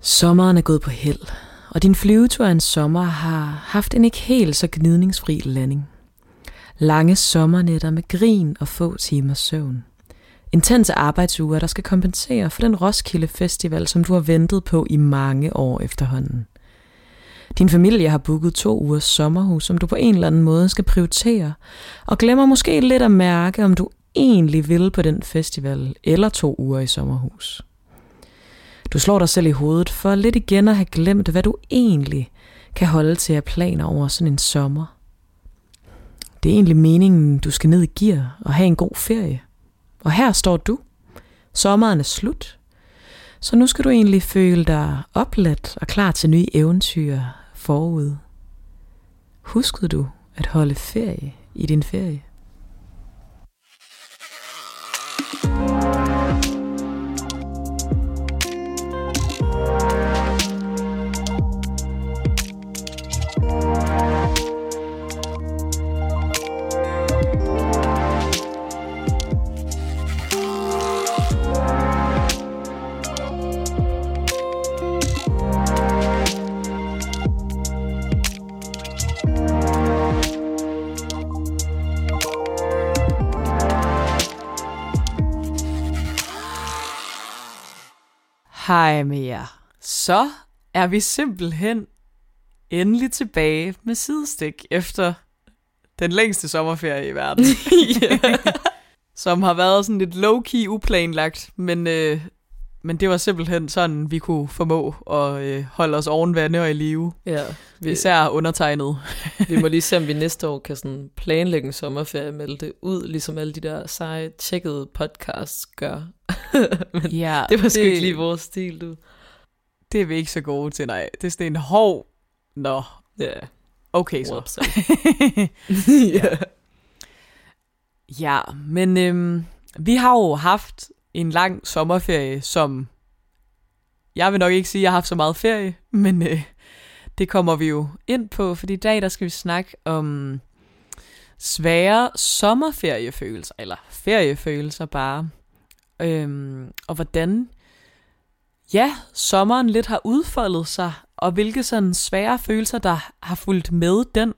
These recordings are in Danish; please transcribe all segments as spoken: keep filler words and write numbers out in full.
Sommeren er gået på held, og din flyvetur en sommer har haft en ikke helt så gnidningsfri landing. Lange sommernætter med grin og få timers søvn. Intense arbejdsuger, der skal kompensere for den Roskilde Festival, som du har ventet på i mange år efterhånden. Din familie har booket to ugers sommerhus, som du på en eller anden måde skal prioritere, og glemmer måske lidt at mærke, om du egentlig vil på den festival eller to uger i sommerhus. Du slår dig selv i hovedet for lidt igen at have glemt, hvad du egentlig kan holde til af planer over sådan en sommer. Det er egentlig meningen, du skal ned i gear og have en god ferie. Og her står du. Sommeren er slut. Så nu skal du egentlig føle dig opladt og klar til nye eventyr forud. Huskede du at holde ferie i din ferie? Hej med jer. Så er vi simpelthen endelig tilbage med sidestik efter den længste sommerferie i verden. Yeah. Som har været sådan lidt low-key uplanlagt, men, øh, men det var simpelthen sådan, vi kunne formå at øh, holde os ovenvande og i live. Ja, vi, Især undertegnet. Vi må lige se, om vi næste år kan sådan planlægge en sommerferie, melde det ud, ligesom alle de der seje, tjekkede podcasts gør. Men ja, det var sgu det, ikke lige vores stil, du. Det er vi ikke så gode til, nej. Det er sådan en hov. Nå. Ja. Okay, så. Ja. Ja, men øhm, vi har jo haft en lang sommerferie, som jeg vil nok ikke sige, at jeg har haft så meget ferie, men øh, det kommer vi jo ind på, fordi i dag der skal vi snakke om svære sommerferiefølelser, eller feriefølelser bare. Øhm, og hvordan ja, sommeren lidt har udfoldet sig, og hvilke sådan svære følelser, der har fulgt med den.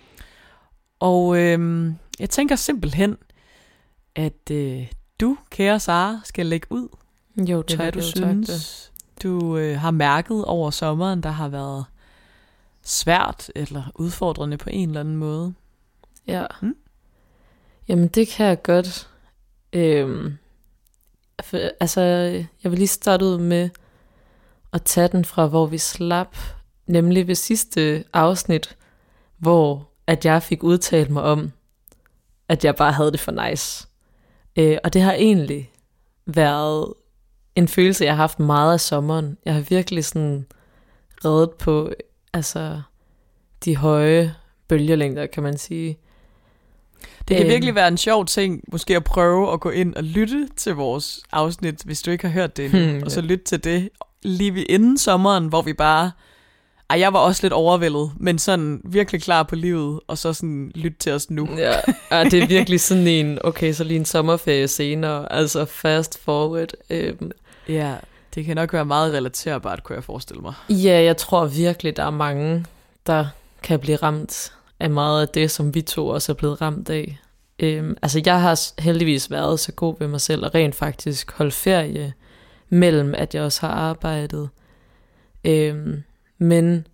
Og øhm, jeg tænker simpelthen, at øh, du, kære Sara, skal lægge ud. Jo, tak. Hvad du jo, synes, tak, du øh, har mærket over sommeren, der har været svært eller udfordrende på en eller anden måde. Ja. Hmm? Jamen, det kan jeg godt. Øhm For, altså, jeg vil lige starte ud med at tage den fra, hvor vi slap, nemlig ved sidste afsnit, hvor at jeg fik udtalt mig om, at jeg bare havde det for nice. Øh, og det har egentlig været en følelse, jeg har haft meget af sommeren. Jeg har virkelig sådan reddet på altså, de høje bølgelængder, kan man sige. Det kan virkelig være en sjov ting, måske at prøve at gå ind og lytte til vores afsnit, hvis du ikke har hørt det endnu, hmm, og så lytte til det lige ved inden sommeren, hvor vi bare, ej, jeg var også lidt overvældet, men sådan virkelig klar på livet, og så sådan lytte til os nu. Ja, ja, det er virkelig sådan en, okay, så lige en sommerferie senere, altså fast forward. Øhm. Ja, det kan nok være meget relaterbart, kunne jeg forestille mig. Ja, jeg tror virkelig, der er mange, der kan blive ramt af meget af det, som vi to også er blevet ramt af. Øhm, altså jeg har heldigvis været så god ved mig selv, og rent faktisk holdt ferie, mellem at jeg også har arbejdet. Øhm, men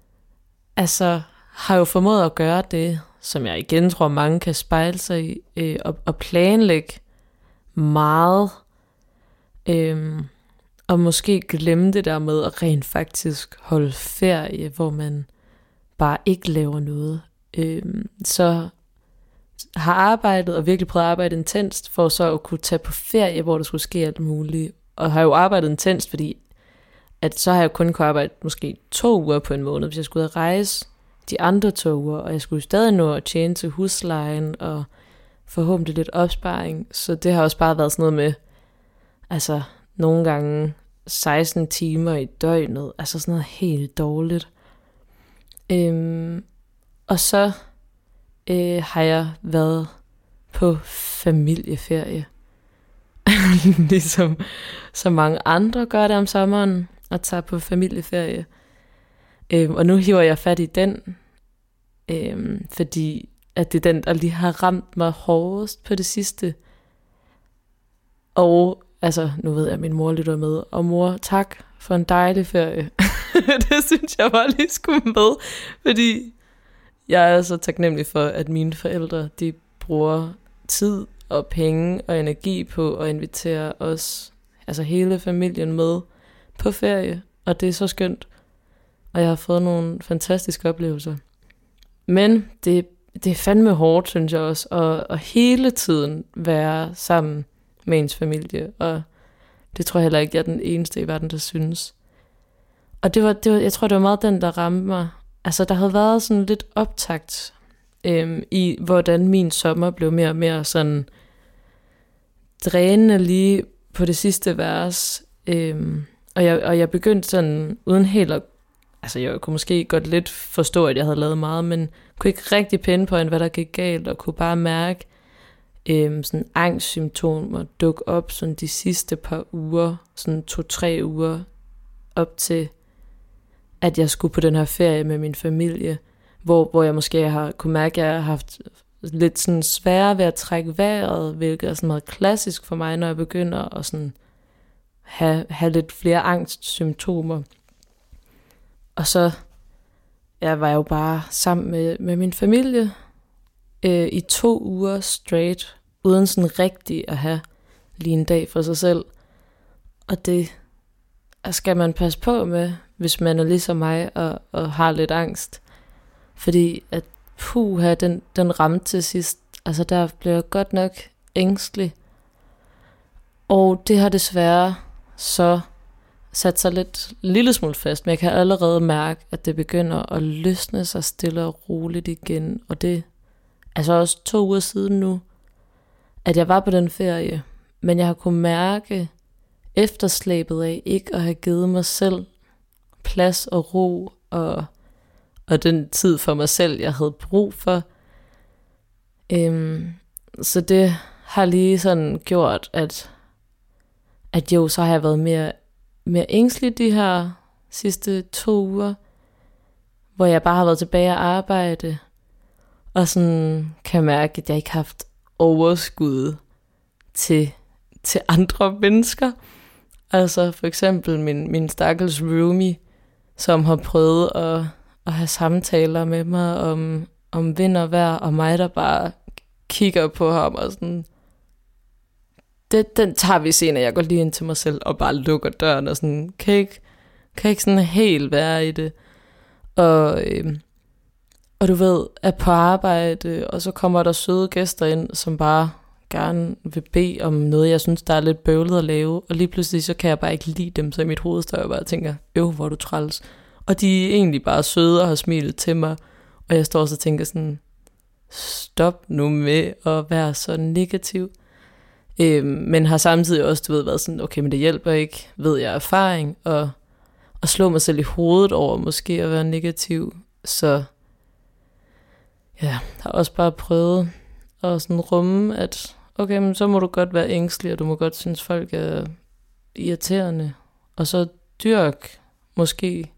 altså har jo formået at gøre det, som jeg igen tror mange kan spejle sig i, øh, og, og planlægge meget, øhm, og måske glemme det der med at rent faktisk holde ferie, hvor man bare ikke laver noget. Øhm, så har arbejdet og virkelig prøvet at arbejde intenst for så at kunne tage på ferie, hvor der skulle ske alt muligt. Og har jo arbejdet intenst, fordi at så har jeg kun kunnet arbejde måske to uger på en måned, hvis jeg skulle rejse de andre to uger, og jeg skulle stadig nå at tjene til huslejen og forhåbentlig lidt opsparing. Så det har også bare været sådan noget med, altså nogle gange seksten timer i døgnet, altså sådan noget helt dårligt. Øhm, og så øh, har jeg været på familieferie. Ligesom så mange andre gør det om sommeren. og tager på familieferie. Øhm, og nu hiver jeg fat i den, øhm, fordi at det er den, der lige har ramt mig hårdest på det sidste. Og altså, nu ved jeg, at min mor lytter med. Og mor, tak for en dejlig ferie. Det synes jeg bare lige skulle med, fordi jeg er så taknemmelig for, at mine forældre, de bruger tid og penge og energi på at invitere os, altså hele familien med på ferie. Og det er så skønt. Og jeg har fået nogle fantastiske oplevelser. Men det, det er fandme hårdt, synes jeg også, at, at hele tiden være sammen med ens familie. Og det tror jeg heller ikke, jeg er den eneste i verden, der synes. Og det var, det var, jeg tror, det var meget den, der ramte mig. Altså, der havde været sådan lidt optakt øhm, i, hvordan min sommer blev mere og mere sådan drænende lige på det sidste vers. Øhm, og, jeg, og jeg begyndte sådan, uden helt at, altså jeg kunne måske godt lidt forstå, at jeg havde lavet meget, men kunne ikke rigtig pinpointe, hvad der gik galt, og kunne bare mærke øhm, sådan angstsymptomer dukke op sådan de sidste par uger, sådan to-tre uger, op til at jeg skulle på den her ferie med min familie, hvor, hvor jeg måske har kunne mærke, at jeg har haft lidt sådan sværere ved at trække vejret, hvilket er sådan meget klassisk for mig, når jeg begynder at sådan have, have lidt flere angstsymptomer. Og så jeg var jeg jo bare sammen med, med min familie øh, i to uger straight, uden sådan rigtig at have lige en dag for sig selv. Og det skal man passe på med, hvis man er ligesom mig og, og har lidt angst. Fordi at puha, den, den ramte til sidst. Altså der blev jeg godt nok ængstelig. Og det har desværre så sat sig lidt en lille smule fast. Men jeg kan allerede mærke, at det begynder at løsne sig stille og roligt igen. Og det er altså også to uger siden nu, at jeg var på den ferie. Men jeg har kunnet mærke efterslæbet af ikke at have givet mig selv plads og ro og, og den tid for mig selv, jeg havde brug for. Øhm, så det har lige sådan gjort, at, at jo, så har jeg været mere, mere ængstelig de her sidste to uger, hvor jeg bare har været tilbage at arbejde, og sådan kan mærke, at jeg ikke har haft overskud til, til andre mennesker. Altså for eksempel min, min stakkels roomie, som har prøvet at, at have samtaler med mig om, om vind og vejr, og mig, der bare kigger på ham og sådan, det, den tager vi senere. Jeg går lige ind til mig selv og bare lukker døren og sådan, kan ikke, kan ikke sådan helt være i det. Og, øhm, og du ved, at på arbejde, og så kommer der søde gæster ind, som bare gerne vil bede om noget, jeg synes, der er lidt bøvlet at lave, og lige pludselig, så kan jeg bare ikke lide dem, så i mit hoved står jeg bare og tænker, øv, hvor er du træls. Og de er egentlig bare søde og har smilet til mig, og jeg står også og tænker sådan, stop nu med at være så negativ. Øhm, men har samtidig også, du ved, været sådan, okay, men det hjælper ikke, ved jeg erfaring, og, og slå mig selv i hovedet over måske at være negativ. Så ja, har også bare prøvet at sådan rumme, at okay, men så må du godt være ængstelig, og du må godt synes, folk er irriterende. Og så dyrk måske,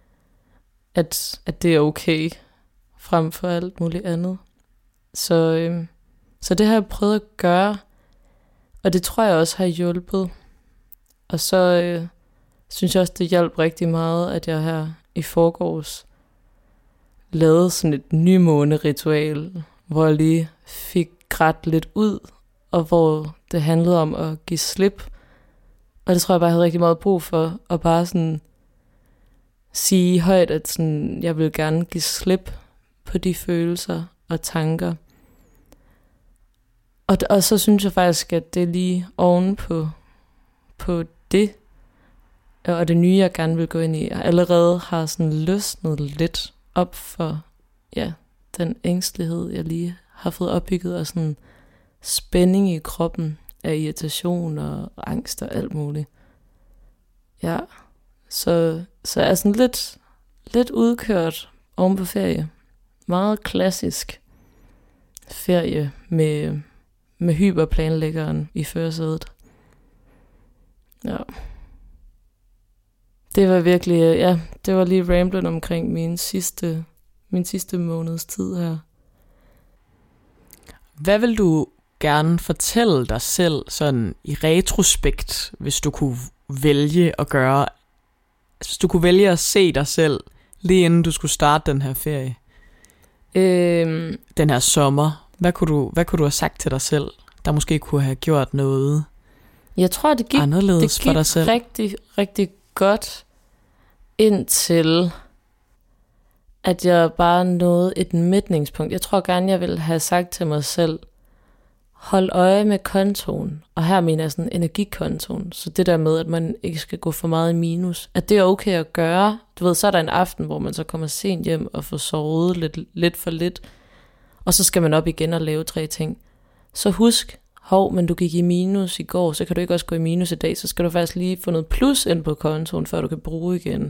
at, at det er okay, frem for alt muligt andet. Så, øh, så det har jeg prøvet at gøre, og det tror jeg også har hjulpet. Og så øh, synes jeg også, det hjalp rigtig meget, at jeg her i forgårs lavede sådan et nymåne-ritual, hvor jeg lige fik grædt lidt ud, og hvor det handlede om at give slip. Og det tror jeg bare, jeg havde rigtig meget brug for, at bare sådan sige højt, at sådan, jeg vil gerne give slip på de følelser og tanker. Og, og så synes jeg faktisk, at det er lige oven på, på det, og det nye, jeg gerne vil gå ind i, jeg allerede har sådan løsnet lidt op for, ja, den ængstelighed, jeg lige har fået opbygget, og sådan spænding i kroppen af irritation og angst og alt muligt. Ja, så, så jeg er sådan lidt, lidt udkørt oven på ferie. Meget klassisk ferie med, med hyperplanlæggeren i førersædet. Ja. Det var virkelig, ja, det var lige ramblen omkring min sidste, min sidste måneds tid her. Hvad vil du gerne fortælle dig selv sådan i retrospekt, hvis du kunne vælge at gøre, hvis du kunne vælge at se dig selv, lige inden du skulle starte den her ferie? Øhm, den her sommer. Hvad kunne, du, hvad kunne du have sagt til dig selv, der måske kunne have gjort noget jeg tror, det gik, anderledes det gik for dig selv? rigtig, rigtig godt, indtil at jeg bare nåede et mætningspunkt. Jeg tror gerne, jeg ville have sagt til mig selv, hold øje med kontoen. Og her mener jeg sådan energikontoen. Så det der med, at man ikke skal gå for meget i minus, at det er okay at gøre. Du ved, så er der en aften, hvor man så kommer sent hjem og får sovet lidt, lidt for lidt. Og så skal man op igen og lave tre ting. Så husk, hov, men du gik i minus i går, så kan du ikke også gå i minus i dag. Så skal du faktisk lige få noget plus ind på kontoen, før du kan bruge igen.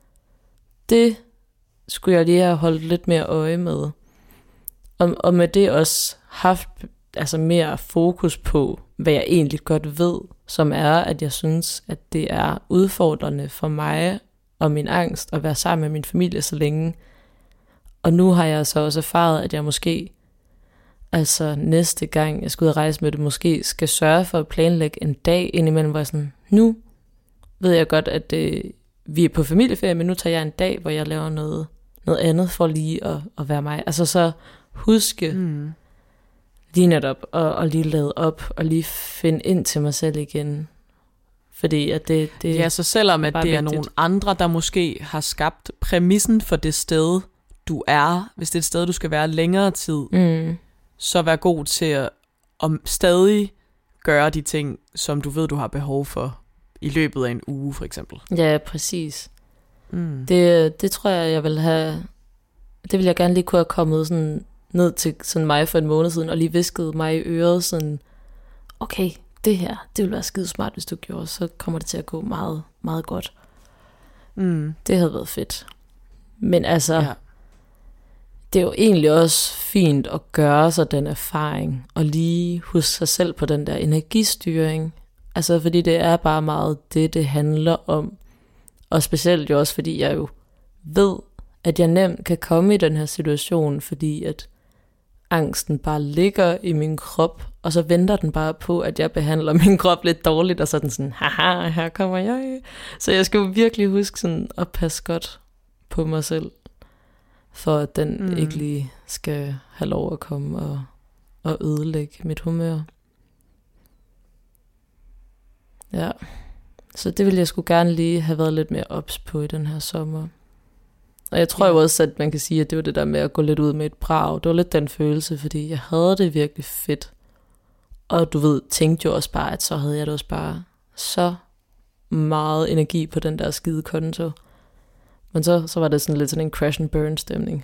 Det skulle jeg lige have holdt lidt mere øje med. Og, og med det også haft altså mere fokus på, hvad jeg egentlig godt ved, som er, at jeg synes, at det er udfordrende for mig og min angst at være sammen med min familie så længe. Og nu har jeg så også erfaret, at jeg måske, altså næste gang jeg skal ud og rejse med det, måske skal sørge for at planlægge en dag indimellem, hvor jeg sådan, nu ved jeg godt, at øh, vi er på familieferie, men nu tager jeg en dag, hvor jeg laver noget, noget andet for lige at, at være mig. Altså så huske mm. lige netop og, og lige lade op og lige finde ind til mig selv igen. Fordi at det, det ja, så selvom at det vigtigt. er nogle andre, der måske har skabt præmissen for det sted, du er, hvis det er et sted, du skal være længere tid, mm. så vær god til at om stadig gøre de ting, som du ved, du har behov for i løbet af en uge, for eksempel. Ja, præcis. Mm. Det, det tror jeg, jeg vil have, det vil jeg gerne lige kunne have kommet sådan ned til sådan mig for en måned siden, og lige visket mig i øret sådan, okay, det her, det ville være skide smart, hvis du gjorde, så kommer det til at gå meget, meget godt. Mm. Det havde været fedt. Men altså, ja. det er jo egentlig også fint at gøre sig den erfaring, og lige huske sig selv på den der energistyring. Altså, fordi det er bare meget det, det handler om. Og specielt jo også, fordi jeg jo ved, at jeg nemt kan komme i den her situation, fordi at angsten bare ligger i min krop, og så venter den bare på, at jeg behandler min krop lidt dårligt, og så er den sådan, haha, her kommer jeg. Så jeg skal jo virkelig huske sådan at passe godt på mig selv, for at den mm. ikke lige skal have lov at komme og, og ødelægge mit humør. Ja, så det ville jeg sgu gerne lige have været lidt mere ops på i den her sommer. Og jeg tror ja. jo også, at man kan sige, at det var det der med at gå lidt ud med et brag. Det var lidt den følelse, fordi jeg havde det virkelig fedt. Og du ved, tænkte jo også bare, at så havde jeg det også bare så meget energi på den der skide konto. Men så, så var det sådan lidt sådan en crash and burn stemning.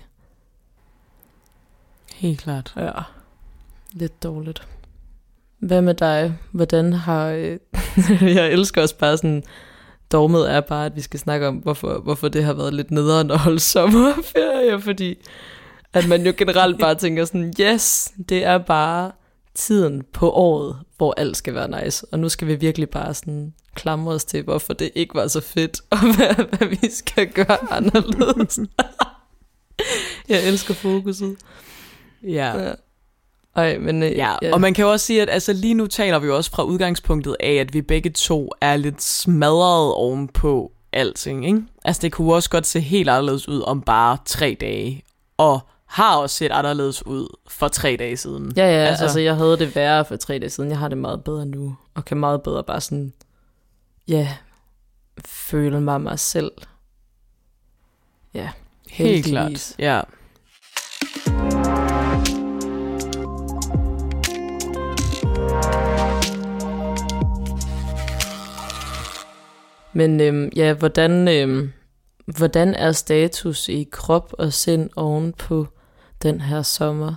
Helt klart. Ja, lidt dårligt. Hvad med dig? Hvordan har... jeg elsker også bare sådan... Dogmet er bare, at vi skal snakke om, hvorfor, hvorfor det har været lidt nederen at holde sommerferie, fordi at man jo generelt bare tænker sådan, yes, det er bare tiden på året, hvor alt skal være nice, og nu skal vi virkelig bare sådan klamre os til, hvorfor det ikke var så fedt, og hvad, hvad vi skal gøre anderledes. Jeg elsker fokuset. Ja. Ja. Ej, men, øh, ja, ja, og man kan jo også sige, at altså, lige nu taler vi jo også fra udgangspunktet af, at vi begge to er lidt smadret ovenpå alting, ikke? Altså det kunne også godt se helt anderledes ud om bare tre dage, og har også set anderledes ud for tre dage siden. Ja, ja, altså, altså jeg havde det værre for tre dage siden, jeg har det meget bedre nu, og kan meget bedre bare sådan, ja, føle mig mig selv. Ja, helt klart, ja. Men øhm, ja, hvordan, øhm, hvordan er status i krop og sind oven på den her sommer?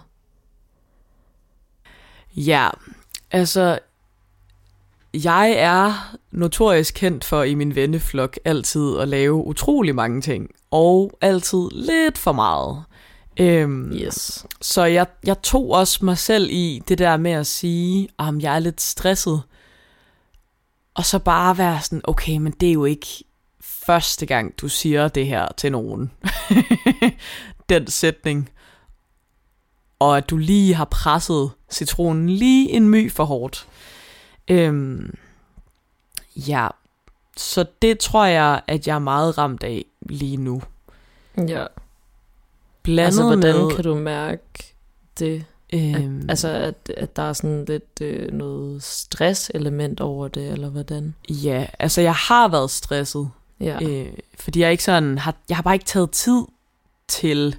Ja, altså, jeg er notorisk kendt for i min venneflok altid at lave utrolig mange ting, og altid lidt for meget. Øhm, yes. Så jeg, jeg tog også mig selv i det der med at sige, at jeg er lidt stresset. Og så bare være sådan, okay, men det er jo ikke første gang, du siger det her til nogen. Den sætning. Og at du lige har presset citronen lige en my for hårdt. Øhm, ja, så det tror jeg, at jeg er meget ramt af lige nu. Ja. Blandet altså, hvordan med, kan du mærke det? Øhm, At, altså, at, at der er sådan lidt øh, noget stresselement over det, eller hvordan? Ja, altså jeg har været stresset. Ja. Øh, fordi jeg ikke sådan har, jeg har bare ikke taget tid til.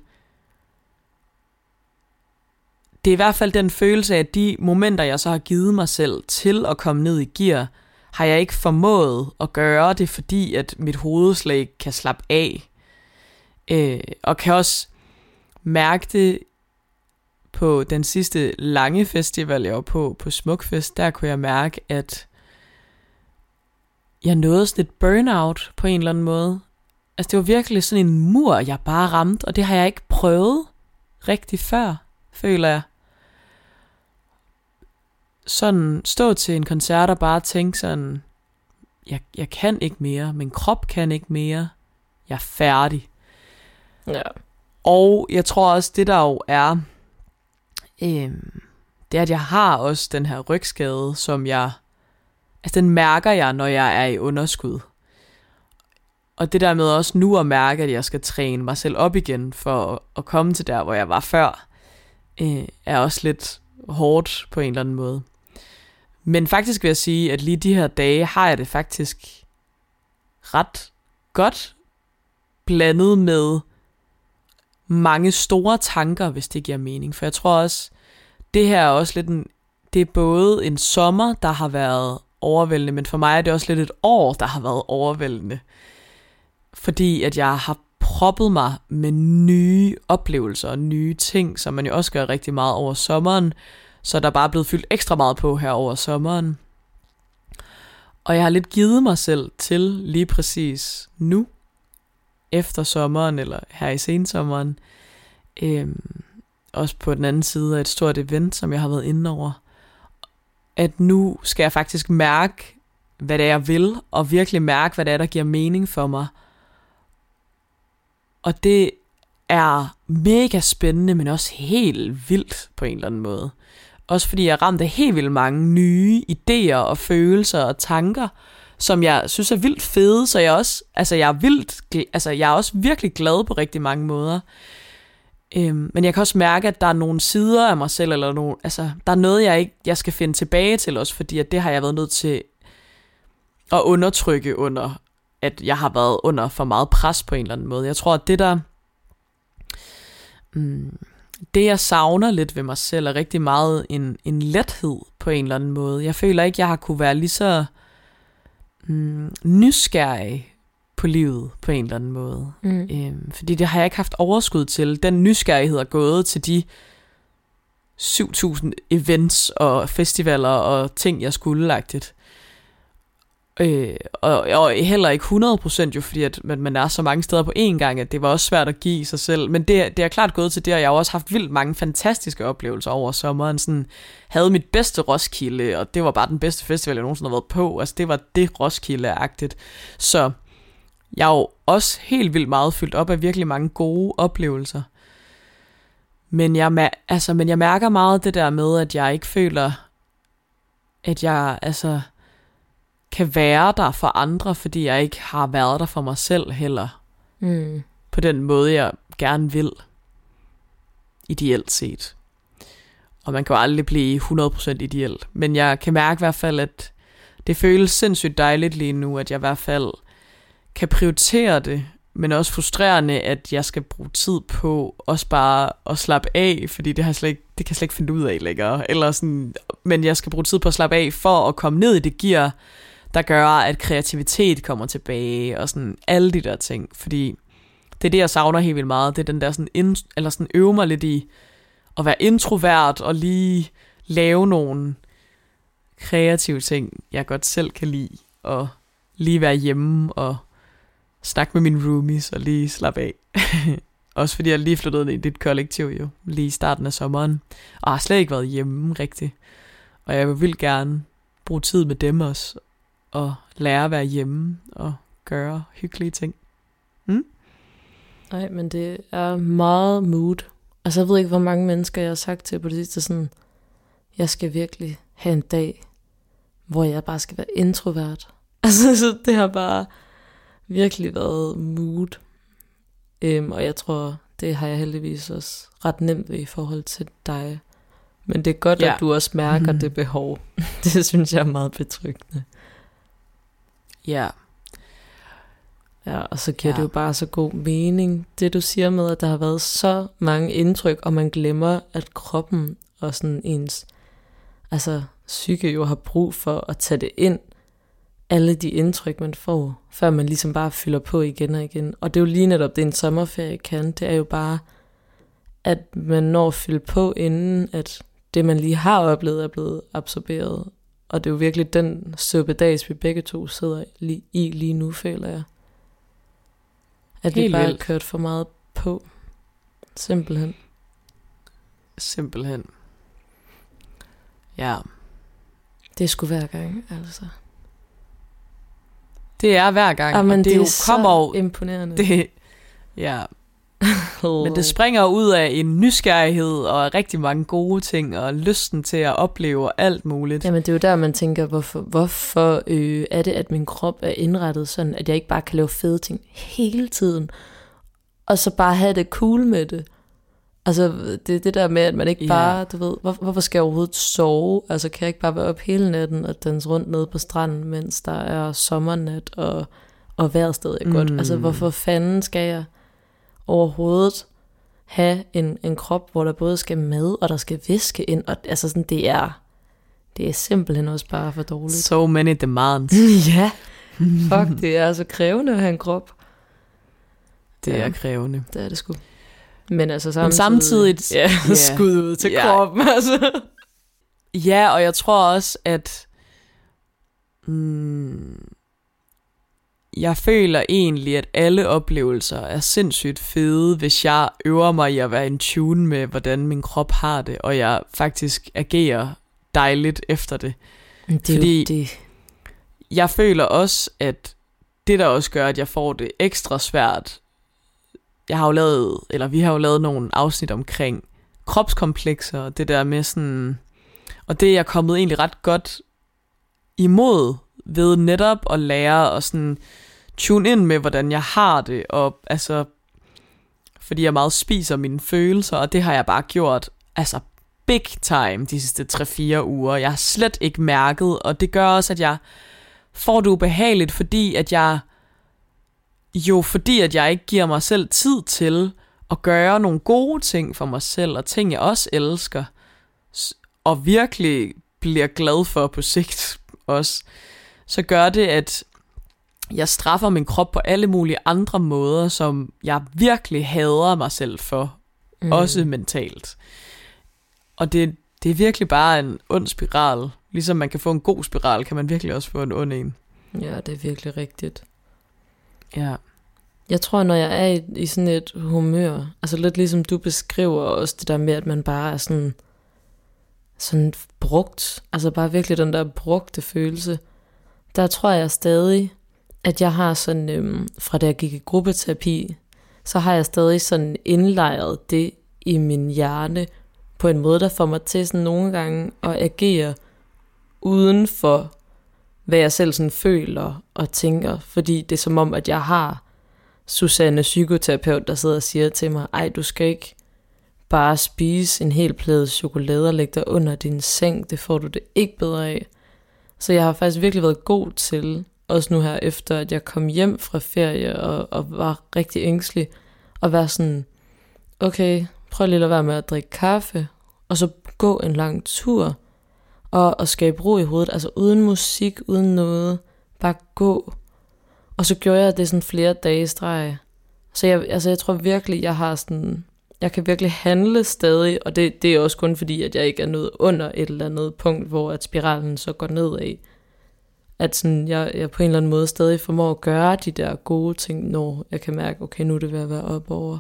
Det er i hvert fald den følelse af, at de momenter, jeg så har givet mig selv til at komme ned i gear, har jeg ikke formået at gøre det, fordi at mit hoved slet ikke kan slappe af. Øh, og kan også mærke det på den sidste lange festival, jeg var på, på Smukfest. Der kunne jeg mærke, at jeg nåede sådan et burnout på en eller anden måde. Altså det var virkelig sådan en mur, jeg bare ramte, og det har jeg ikke prøvet rigtig før, føler jeg. Sådan stå til en koncert og bare tænke sådan, jeg, jeg kan ikke mere, min krop kan ikke mere, jeg er færdig. Ja. Og jeg tror også, det der jo er, øhm, det er, at jeg har også den her rygskade, som jeg, altså den mærker jeg, når jeg er i underskud. Og det der med også nu at mærke, at jeg skal træne mig selv op igen, for at, at komme til der, hvor jeg var før, øh, er også lidt hårdt på en eller anden måde. Men faktisk vil jeg sige, at lige de her dage har jeg det faktisk ret godt blandet med mange store tanker, hvis det giver mening. For jeg tror også, det her er også lidt en, det er både en sommer, der har været overvældende, men for mig er det også lidt et år, der har været overvældende. Fordi at jeg har proppet mig med nye oplevelser og nye ting, som man jo også gør rigtig meget over sommeren. Så der er bare blevet fyldt ekstra meget på her over sommeren. Og jeg har lidt givet mig selv til lige præcis nu, efter sommeren, eller her i sensommeren, øhm, også på den anden side af et stort event, som jeg har været inde over, at nu skal jeg faktisk mærke, hvad det er, jeg vil, og virkelig mærke, hvad det er, der giver mening for mig. Og det er mega spændende, men også helt vildt på en eller anden måde. Også fordi jeg er ramt af helt vildt mange nye idéer og følelser og tanker, som jeg synes er vildt fede, så jeg også, altså jeg er vildt, altså jeg er også virkelig glad på rigtig mange måder. Øhm, men jeg kan også mærke, at der er nogle sider af mig selv, eller nogle, altså der er noget, jeg ikke, jeg skal finde tilbage til også, fordi at det har jeg været nødt til at undertrykke under, at jeg har været under for meget pres på en eller anden måde. Jeg tror, at det der, mm, det jeg savner lidt ved mig selv, er rigtig meget en, en lethed på en eller anden måde. Jeg føler ikke, jeg har kunne være lige så mm, nysgerrig på livet på en eller anden måde. Mm. Øhm, fordi det har jeg ikke haft overskud til. Den nysgerrighed er gået til de syv tusind events og festivaler og ting, jeg skulle lagtigt. Øh, og, og heller ikke hundrede procent jo, fordi at man, man er så mange steder på én gang, at det var også svært at give sig selv. Men det, det er klart gået til det, og jeg har også haft vildt mange fantastiske oplevelser over sommeren. Sådan, havde mit bedste Roskilde, og det var bare den bedste festival, jeg nogensinde har været på. Altså det var det Roskilde-agtigt. Så jeg er jo også helt vildt meget fyldt op af virkelig mange gode oplevelser. Men jeg, altså, men jeg mærker meget det der med, at jeg ikke føler, at jeg altså kan være der for andre, fordi jeg ikke har været der for mig selv heller. Mm. På den måde, jeg gerne vil. Ideelt set. Og man kan jo aldrig blive hundrede procent ideel. Men jeg kan mærke i hvert fald, at det føles sindssygt dejligt lige nu, at jeg i hvert fald kan prioritere det, men også frustrerende, at jeg skal bruge tid på også bare at slappe af, fordi det, har slet ikke, det kan jeg slet ikke finde ud af længere. Eller sådan, men jeg skal bruge tid på at slappe af, for at komme ned i det gear, der gør, at kreativitet kommer tilbage, og sådan alle de der ting. Fordi det er det, jeg savner helt vildt meget. Det er den der sådan, in, eller sådan øve mig lidt i at være introvert, og lige lave nogle kreative ting, jeg godt selv kan lide, og lige være hjemme, og snakke med mine roomies, og lige slappe af. Også fordi jeg lige flyttede ind i dit kollektiv jo, lige i starten af sommeren, og har slet ikke været hjemme rigtigt. Og jeg vil gerne bruge tid med dem også, og lære at være hjemme, og gøre hyggelige ting. Mm? Nej, men det er meget mood. Altså, jeg ved ikke, hvor mange mennesker jeg har sagt til på det sidste, sådan, jeg skal virkelig have en dag, hvor jeg bare skal være introvert. Altså, så det har bare virkelig været mood. Øhm, og jeg tror, det har jeg heldigvis også ret nemt ved i forhold til dig. Men det er godt, ja. At du også mærker mm. det behov. Det synes jeg er meget betryggende. Ja. Ja, og så giver ja. det jo bare så god mening. Det du siger med, at der har været så mange indtryk, og man glemmer, at kroppen og sådan ens altså, psyke jo har brug for at tage det ind. Alle de indtryk, man får, før man ligesom bare fylder på igen og igen. Og det er jo lige netop det, en sommerferie kan. Det er jo bare, at man når at fylde på, inden at det, man lige har oplevet, er blevet absorberet. Og det er jo virkelig den suppedags, vi begge to sidder i lige nu, føler jeg. At Helt vi bare har kørt for meget på. Simpelthen. Simpelthen. Ja. Det er sgu hver gang, altså. Det er hver gang, ja, men og det, det er jo så kommer imponerende. Det, ja. Men det springer ud af en nysgerrighed og rigtig mange gode ting og lysten til at opleve alt muligt. Jamen det er jo der, man tænker, hvorfor, hvorfor øh, er det, at min krop er indrettet sådan, at jeg ikke bare kan lave fede ting hele tiden, og så bare have det cool med det. Altså det er det der med, at man ikke bare, yeah. du ved, hvor, hvorfor skal jeg overhovedet sove? Altså kan jeg ikke bare være op hele natten og danse rundt nede på stranden, mens der er sommernat og, og vejret stadig er godt? Mm. Altså hvorfor fanden skal jeg overhovedet have en, en krop, hvor der både skal mad, og der skal væske ind, og altså sådan, det er, det er simpelthen også bare for dårligt. So many demands. Ja, fuck, det er altså krævende at have en krop. Det er ja, krævende. Det er det sgu. Men altså samtidig, Men samtidig ja, yeah, skud ud til yeah. kroppen, altså. Ja, og jeg tror også, at mm, jeg føler egentlig, at alle oplevelser er sindssygt fede, hvis jeg øver mig i at være in tune med, hvordan min krop har det, og jeg faktisk agerer dejligt efter det. Det er Fordi jo det. Jeg føler også, at det der også gør, at jeg får det ekstra svært. Jeg har jo lavet, eller vi har jo lavet nogle afsnit omkring kropskomplekser, og det der med sådan, og det er jeg kommet egentlig ret godt imod ved netop at lære at sådan tune ind med, hvordan jeg har det, og altså, fordi jeg meget spiser mine følelser, og det har jeg bare gjort, altså big time de sidste tre fire uger. Jeg har slet ikke mærket, og det gør også, at jeg får det ubehageligt, fordi at jeg, jo fordi at jeg ikke giver mig selv tid til at gøre nogle gode ting for mig selv, og ting jeg også elsker, og virkelig bliver glad for på sigt også, så gør det, at jeg straffer min krop på alle mulige andre måder, som jeg virkelig hader mig selv for, mm. også mentalt. Og det, det er virkelig bare en ond spiral. Ligesom man kan få en god spiral, kan man virkelig også få en ond en. Ja, det er virkelig rigtigt. Ja. Jeg tror, når jeg er i, i sådan et humør, altså lidt ligesom du beskriver også det der med, at man bare er sådan, sådan brugt, altså bare virkelig den der brugte følelse, der tror jeg stadig, at jeg har sådan, øhm, fra da jeg gik i gruppeterapi, så har jeg stadig sådan indlejret det i min hjerne, på en måde, der får mig til sådan nogle gange at agere uden for, hvad jeg selv sådan føler og tænker, fordi det er som om, at jeg har Susanne, psykoterapeut, der sidder og siger til mig, ej, du skal ikke bare spise en hel plade chokolade og lægge dig under din seng, det får du det ikke bedre af. Så jeg har faktisk virkelig været god til, også nu her efter, at jeg kom hjem fra ferie og, og var rigtig ængstelig, at være sådan, okay, prøv lige at lade være med at drikke kaffe, og så gå en lang tur, og, og skabe ro i hovedet, altså uden musik, uden noget, bare gå. Og så gjorde jeg det sådan flere dage i streg. Så jeg, altså jeg tror virkelig, jeg har sådan, jeg kan virkelig handle stadig, og det, det er også kun fordi, at jeg ikke er nået under et eller andet punkt, hvor at spiralen så går nedad. At sådan, jeg, jeg på en eller anden måde stadig formår at gøre de der gode ting, når jeg kan mærke, okay, nu er det ved at være op over.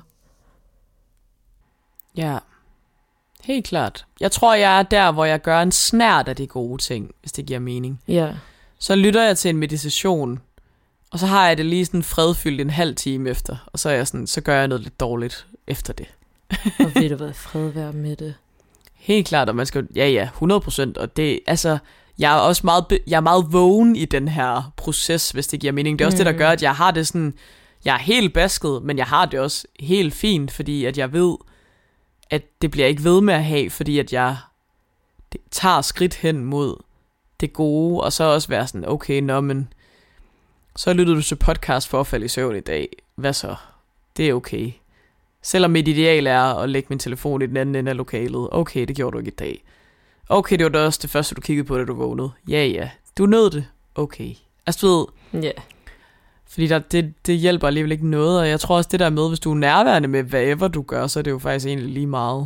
Ja, helt klart. Jeg tror, jeg er der, hvor jeg gør en snært af de gode ting, hvis det giver mening. Ja. Så lytter jeg til en meditation, Og så har jeg det lige sådan fredfyldt en halv time efter, og så er jeg sådan, så gør jeg noget lidt dårligt efter det. Og ved du hvad, fred være med det? Helt klart, og man skal, ja ja, hundrede procent, og det, altså, jeg er også meget, jeg er meget vågen i den her proces, hvis det giver mening. Det er også mm. det, der gør, at jeg har det sådan, jeg er helt basket, men jeg har det også helt fint, fordi at jeg ved, at det bliver ikke ved med at have, fordi at jeg tager skridt hen mod det gode, og så også være sådan, okay, nå, men så lyttede du til podcast for at falde i søvn i dag. Hvad så? Det er okay. Selvom mit ideal er at lægge min telefon i den anden ende af lokalet. Okay, det gjorde du ikke i dag. Okay, det var da også det første, du kiggede på, da du vågnede. Ja, ja. Du nød det. Okay. Altså, du ved... Ja. Yeah. Fordi der, det, det hjælper alligevel ikke noget, og jeg tror også, det der med, hvis du er nærværende med, whatever du gør, så er det jo faktisk egentlig lige meget.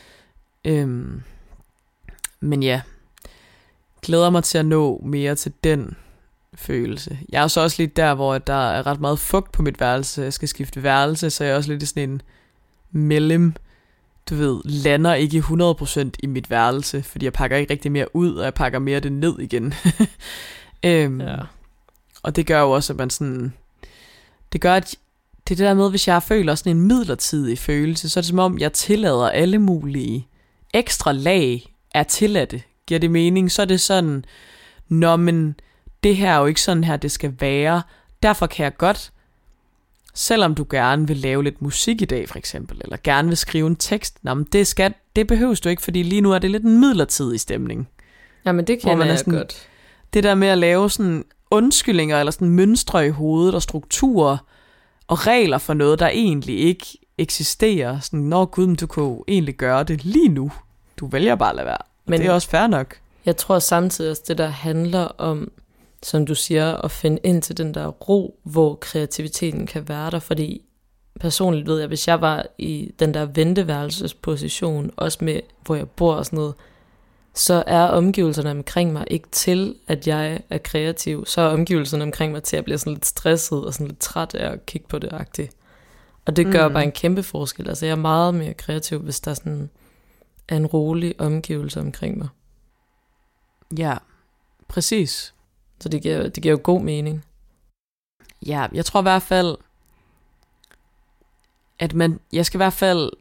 Øhm, men ja, glæder mig til at nå mere til den følelse. Jeg er så også lidt der, hvor der er ret meget fugt på mit værelse. Jeg skal skifte værelse, så jeg er også lidt i sådan en mellem, du ved, lander ikke hundrede procent i mit værelse, fordi jeg pakker ikke rigtig mere ud, og jeg pakker mere det ned igen. øhm, ja. Og det gør jo også, at man sådan, det gør, at det er det der med, hvis jeg føler sådan en midlertidig følelse, så er det som om, jeg tillader alle mulige ekstra lag er tilladte. Giver det mening? Så er det sådan, nå, men det her er jo ikke sådan her, det skal være. Derfor kan jeg godt, selvom du gerne vil lave lidt musik i dag, for eksempel, eller gerne vil skrive en tekst, nå, men det, skal, det behøves du ikke, fordi lige nu er det lidt en midlertidig stemning. Jamen, det kender jeg sådan, godt. Det der med at lave sådan undskyldninger, eller sådan mønstre i hovedet, og strukturer, og regler for noget, der egentlig ikke eksisterer. Sådan, nå gud, men du kunne jo egentlig gøre det lige nu. Du vælger bare at lade være. Men det er også fair nok. Jeg tror samtidig også, det der handler om, som du siger, at finde ind til den der ro, hvor kreativiteten kan være der, fordi personligt ved jeg, hvis jeg var i den der venteværelsesposition, også med, hvor jeg bor og sådan noget, så er omgivelserne omkring mig ikke til, at jeg er kreativ. Så er omgivelserne omkring mig til, at jeg bliver sådan lidt stresset og sådan lidt træt af at kigge på det agtigt. Og det gør mm. bare en kæmpe forskel. Altså jeg er meget mere kreativ, hvis der sådan er en rolig omgivelse omkring mig. Ja, præcis. Så det giver, det giver jo god mening. Ja, jeg tror i hvert fald, at man, jeg skal i hvert fald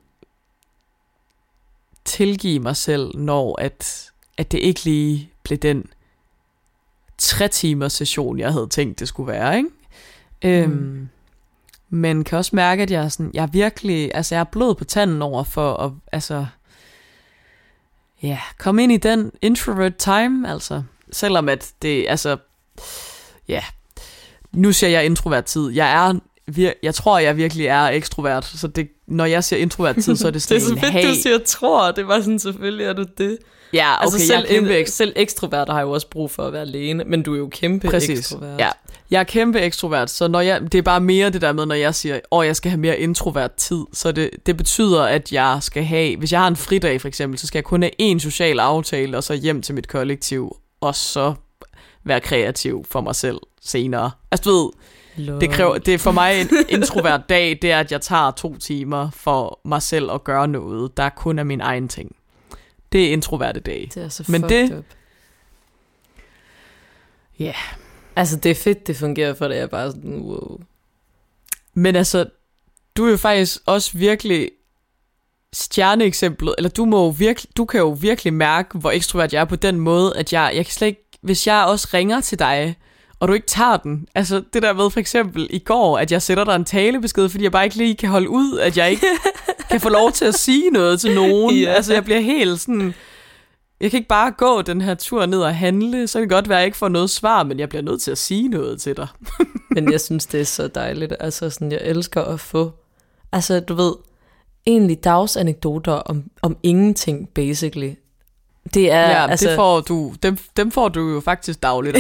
tilgive mig selv, når at, at det ikke lige blev den tre timers session, jeg havde tænkt, det skulle være, ikke? Mm. Øhm, men kan også mærke, at jeg er sådan, jeg er virkelig, altså jeg er blod på tanden over for at, altså, ja, komme ind i den introvert time, altså, selvom at det, altså, ja, nu siger jeg introvert tid, jeg er, vir- jeg tror, jeg virkelig er ekstrovert, så det, når jeg siger introvert tid, så er det sådan, det er så fedt, hey. Du siger tror, det var sådan, selvfølgelig er du det. Ja, okay, altså, selv, jeg er kæmpe ek- selv ekstroverter har jo også brug for at være alene, men du er jo kæmpe Præcis. ekstrovert. Ja, jeg er kæmpe ekstrovert, så når jeg, det er bare mere det der med, når jeg siger, åh, oh, jeg skal have mere introvert tid, så det, det betyder, at jeg skal have, hvis jeg har en fridag for eksempel, så skal jeg kun have én social aftale, og så hjem til mit kollektiv, og så være kreativ for mig selv senere. Altså du ved, det, kræver, det er for mig en introvert dag, det er, at jeg tager to timer for mig selv at gøre noget, der kun er min egen ting. Det er introverte dage. Det er så Men det, up. Ja. Yeah. Altså det er fedt, det fungerer for dig. Jeg er bare sådan, wow. Men altså, du er jo faktisk også virkelig stjerneeksemplet, eller du må jo virkelig, du kan jo virkelig mærke, hvor ekstrovert jeg er på den måde, at jeg, jeg kan slet ikke, hvis jeg også ringer til dig, og du ikke tager den, altså det der med for eksempel i går, at jeg sætter dig en talebesked, fordi jeg bare ikke lige kan holde ud, at jeg ikke kan få lov til at sige noget til nogen. Yeah. Altså jeg bliver helt sådan, jeg kan ikke bare gå den her tur ned og handle, så kan det godt være, at jeg ikke får noget svar, men jeg bliver nødt til at sige noget til dig. Men jeg synes, det er så dejligt, altså sådan, jeg elsker at få, altså du ved, egentlig dagsanekdoter om, om ingenting, basically. Det er, ja, altså, det får du, dem, dem får du jo faktisk dagligt.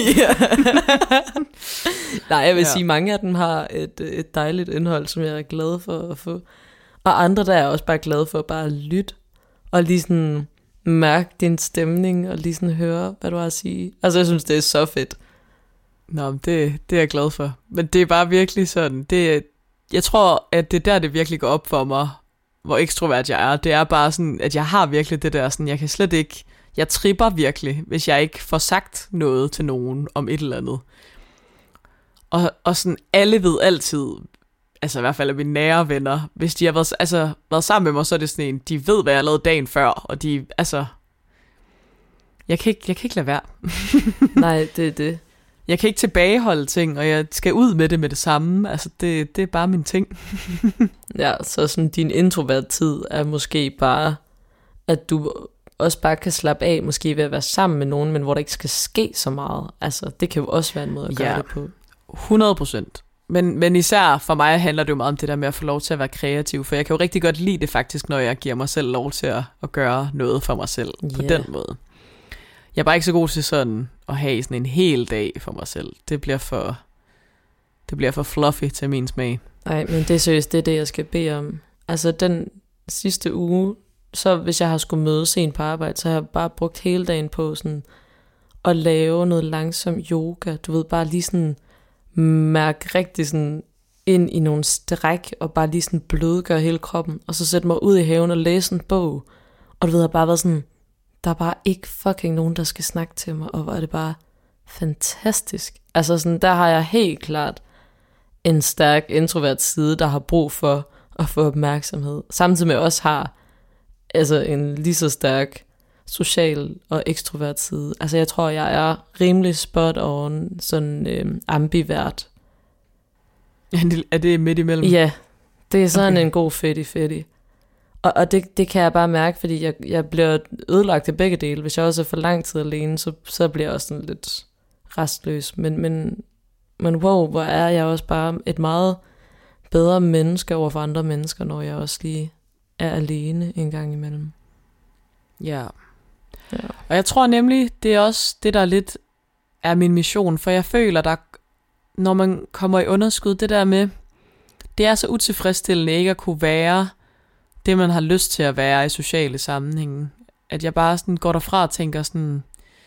Nej, jeg vil ja. ja. sige, mange af dem har et, et dejligt indhold, som jeg er glad for at få. Og andre, der er også bare glad for at bare lytte, og lige sådan mærke din stemning, og lige sådan høre, hvad du har at sige. Altså, jeg synes, det er så fedt. Nå, det, det er jeg glad for. Men det er bare virkelig sådan, det, jeg tror, at det er der, det virkelig går op for mig, hvor ekstrovert jeg er. Det er bare sådan, at jeg har virkelig det der sådan, jeg kan slet ikke, jeg tripper virkelig, hvis jeg ikke får sagt noget til nogen om et eller andet. Og, og sådan, alle ved altid, altså i hvert fald af mine nære venner, hvis de har været, altså, været sammen med mig, så er det sådan en, de ved, hvad jeg lavede dagen før, og de, altså, jeg kan ikke, jeg kan ikke lade være. Nej, det er det. Jeg kan ikke tilbageholde ting, og jeg skal ud med det med det samme, altså det, det er bare min ting. Ja, så sådan din introvert tid er måske bare, at du også bare kan slappe af, måske ved at være sammen med nogen, men hvor der ikke skal ske så meget. Altså, det kan jo også være en måde at gøre Ja. det på. hundrede procent. Men, men især for mig handler det jo meget om det der med at få lov til at være kreativ, for jeg kan jo rigtig godt lide det faktisk, når jeg giver mig selv lov til at, at gøre noget for mig selv på Ja. den måde. Jeg er bare ikke så god til sådan at have sådan en hel dag for mig selv. Det bliver for, det bliver for fluffy til min smag. Nej, men det er seriøst, det er det, jeg skal bede om. Altså, den sidste uge, så hvis jeg har skulle møde sent på arbejde, så har jeg bare brugt hele dagen på sådan at lave noget langsom yoga. Du ved, bare lige sådan mærke rigtig sådan ind i nogle stræk, og bare lige sådan blødgøre hele kroppen, og så sætte mig ud i haven og læse en bog. Og du ved, jeg har bare været sådan, der er bare ikke fucking nogen, der skal snakke til mig, og hvor er det bare fantastisk. Altså sådan, der har jeg helt klart en stærk introvert side, der har brug for at få opmærksomhed. Samtidig med at jeg også har altså en lige så stærk social og ekstrovert side. Altså jeg tror, jeg er rimelig spot on, sådan øh, ambivert. Er det midt imellem? Ja, det er sådan Okay. en god fedti-fedti. Og, og det, det kan jeg bare mærke, fordi jeg, jeg bliver ødelagt af begge dele. Hvis jeg også er for lang tid alene, så, så bliver jeg også sådan lidt restløs. Men, men, men wow, hvor er jeg også bare et meget bedre menneske over for andre mennesker, når jeg også lige er alene en gang imellem. Ja. Ja. Og jeg tror nemlig, det er også det, der lidt er min mission, for jeg føler, der, når man kommer i underskud, det der med, det er så utilfredsstillende ikke at kunne være det, man har lyst til at være i sociale sammenhænge. At jeg bare sådan går derfra og tænker sådan,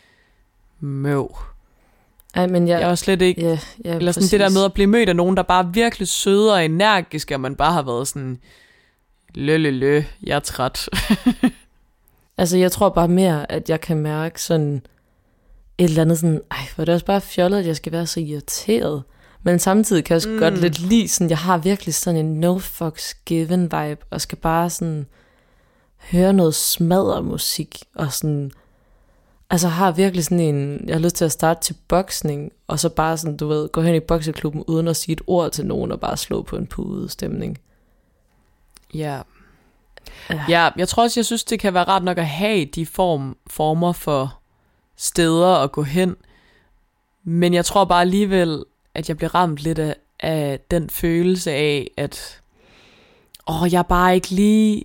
møv. Ej, men jeg, Jeg er slet ikke, ja, ja, eller sådan præcis. det der med at blive mødt af nogen, der bare er virkelig søde og energiske, og man bare har været sådan, lø, lø, lø, jeg er træt. Altså, jeg tror bare mere, at jeg kan mærke sådan et eller andet sådan, ej, for det er også bare fjollet, at jeg skal være så irriteret. Men samtidig kan jeg også mm. godt lidt lide sådan, jeg har virkelig sådan en no fucks given vibe, og skal bare sådan høre noget smaddermusik, og sådan, altså har virkelig sådan en, jeg har lyst til at starte til boksning, og så bare sådan, du ved, gå hen i bokseklubben, uden at sige et ord til nogen, og bare slå på en pude stemning. Ja. Ja. Ja, jeg tror også, jeg synes, det kan være rart nok at have de form, former for steder at gå hen. Men jeg tror bare alligevel, at jeg bliver ramt lidt af, af den følelse af, at åh, jeg er bare ikke lige...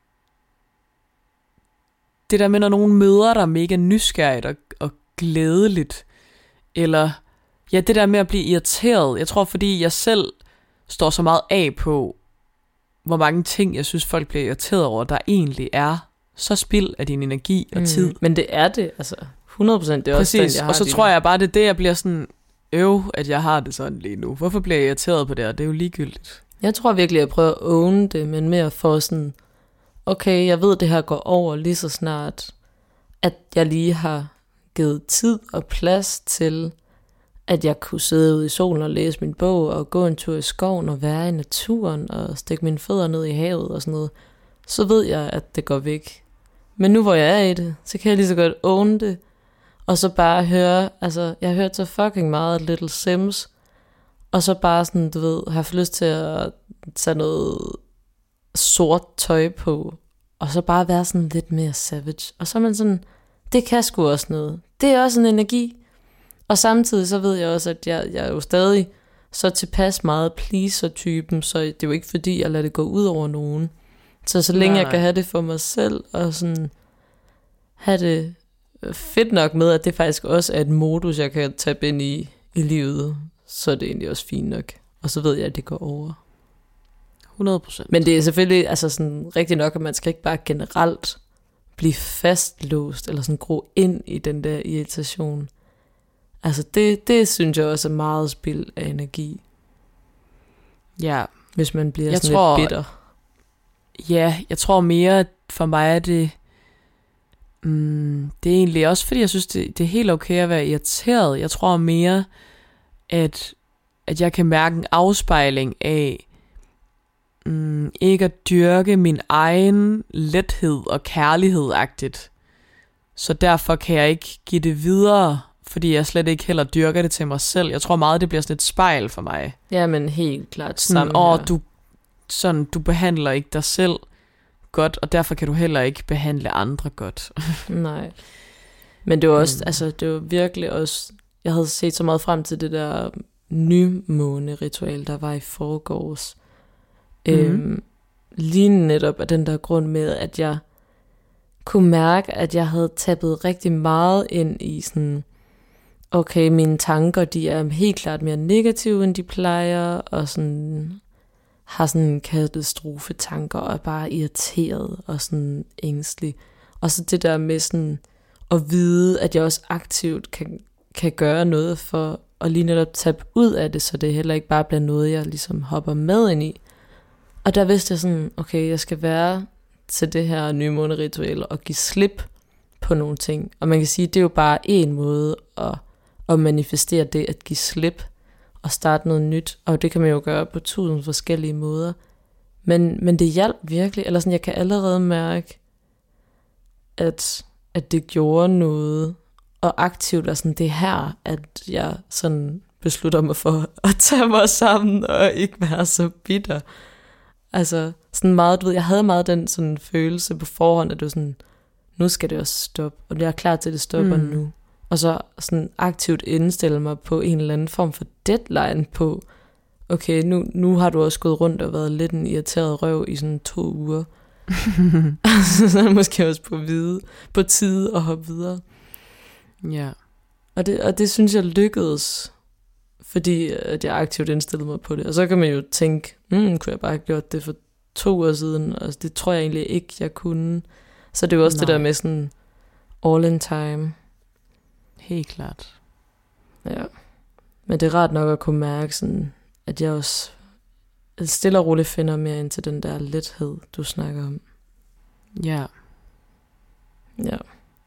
Det der med, når nogen møder dig mega nysgerrigt og, og glædeligt. Eller ja, det der med at blive irriteret. Jeg tror, fordi jeg selv står så meget af på, hvor mange ting, jeg synes, folk bliver irriteret over, der egentlig er så spild af din energi og tid. Mm, men det er det, altså hundrede procent. Det er Præcis, også den, jeg har og så lige tror nu. jeg bare, det er det, jeg bliver sådan, øv, at jeg har det sådan lige nu. Hvorfor bliver jeg irriteret på det her? Det er jo ligegyldigt. Jeg tror virkelig, at jeg prøver at own det, men mere for sådan, okay, jeg ved, det her går over lige så snart, at jeg lige har givet tid og plads til, at jeg kunne sidde ude i solen og læse min bog, og gå en tur i skoven og være i naturen, og stikke mine fødder ned i havet og sådan noget, så ved jeg, at det går væk. Men nu hvor jeg er i det, så kan jeg lige så godt own det, og så bare høre, altså jeg har hørt så fucking meget Little Sims, og så bare sådan, du ved, har haft lyst til at tage noget sort tøj på, og så bare være sådan lidt mere savage. Og så er man sådan, det kan sgu også noget. Det er også en energi. Og samtidig så ved jeg også, at jeg, jeg er jo stadig så tilpas meget pleaser-typen, så det er jo ikke fordi, jeg lader det gå ud over nogen. Så så længe Nej, jeg kan have det for mig selv, og sådan have det fedt nok med, at det faktisk også er et modus, jeg kan tabe ind i i livet, så er det egentlig også fint nok. Og så ved jeg, at det går over. hundrede procent. Men det er selvfølgelig altså sådan rigtigt nok, at man skal ikke bare generelt blive fastlåst, eller sådan gro ind i den der irritation. Altså det, det synes jeg også er meget spild af energi, Ja, hvis man bliver Jeg sådan tror- lidt bitter. ja, jeg tror mere, at for mig er det, mm, det er egentlig også, fordi jeg synes, det, det er helt okay at være irriteret. Jeg tror mere, at at jeg kan mærke en afspejling af mm, ikke at dyrke min egen lethed og kærlighed-agtigt. Så derfor kan jeg ikke give det videre, fordi jeg slet ikke heller dyrker det til mig selv. Jeg tror meget, det bliver sådan et spejl for mig. Ja, men helt klart sådan, åh, du, sådan, du behandler ikke dig selv godt, og derfor kan du heller ikke behandle andre godt. Nej. Men det var også, mm. altså det var virkelig også, jeg havde set så meget frem til det der nymåne-ritual, der var i forgårs. Mm. Øhm, lige netop af den der grund med, at jeg kunne mærke, at jeg havde tappet rigtig meget ind i sådan, okay, mine tanker, de er helt klart mere negative, end de plejer, og sådan har sådan katastrofetanker, og er bare irriteret og sådan ængstelig. Og så det der med sådan at vide, at jeg også aktivt kan, kan gøre noget for at lige netop tabe ud af det, så det heller ikke bare bliver noget, jeg ligesom hopper med ind i. Og der vidste jeg sådan, okay, jeg skal være til det her nymåneritual og give slip på nogle ting. Og man kan sige, det er jo bare en måde at, at manifestere det, at give slip og starte noget nyt. Og det kan man jo gøre på tusind forskellige måder. Men, men det hjalp virkelig, eller sådan, jeg kan allerede mærke, at, at det gjorde noget, og aktivt er sådan, det her, at jeg sådan beslutter mig for at tage mig sammen, og ikke være så bitter. Altså, sådan meget, du ved, jeg havde meget den sådan følelse på forhånd, at det var sådan, nu skal det også stoppe, og jeg er klar til, at det stopper mm. nu. Og så sådan aktivt indstille mig på en eller anden form for deadline på, okay, nu, nu har du også gået rundt og været lidt en irriteret røv i sådan to uger. Så er det måske også på, vide, på tide at hoppe videre. Ja. Og det, og det synes jeg lykkedes, fordi at jeg aktivt indstillede mig på det. Og så kan man jo tænke, hmm, kunne jeg bare have gjort det for to uger siden? Og det tror jeg egentlig ikke, jeg kunne. Så det er jo også Nej. det der med sådan all in time. Helt klart. Ja. Men det er rart nok at kunne mærke sådan, at jeg også stille og roligt finder mere ind til den der lethed, du snakker om. Ja. Ja.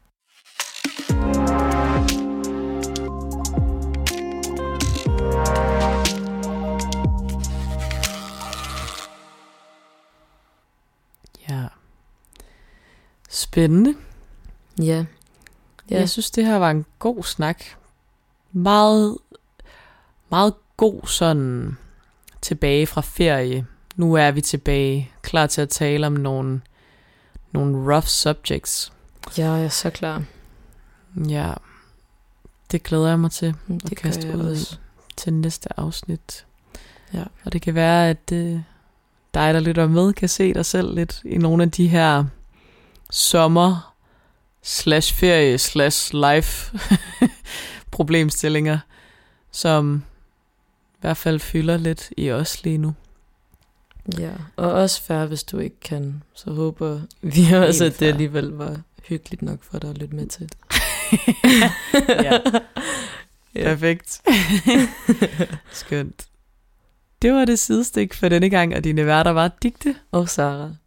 Ja. Spændende. Ja. Ja. Jeg synes, det her var en god snak. Meget, meget god sådan tilbage fra ferie. Nu er vi tilbage, klar til at tale om nogle, nogle rough subjects. Ja, jeg er så klar. Ja, det glæder jeg mig til. Det at kaste jeg ud også. Til næste afsnit. Ja. Og det kan være, at øh, dig, der lytter med, kan se dig selv lidt i nogle af de her sommer slash ferie slash life problemstillinger, som i hvert fald fylder lidt i os lige nu. Ja, og også fair, hvis du ikke kan. Så håber vi også, at det alligevel var hyggeligt nok for dig at lytte med til. Ja. Perfekt. Skønt. Det var det sidestik for denne gang, og dine værter var Digte og Sara.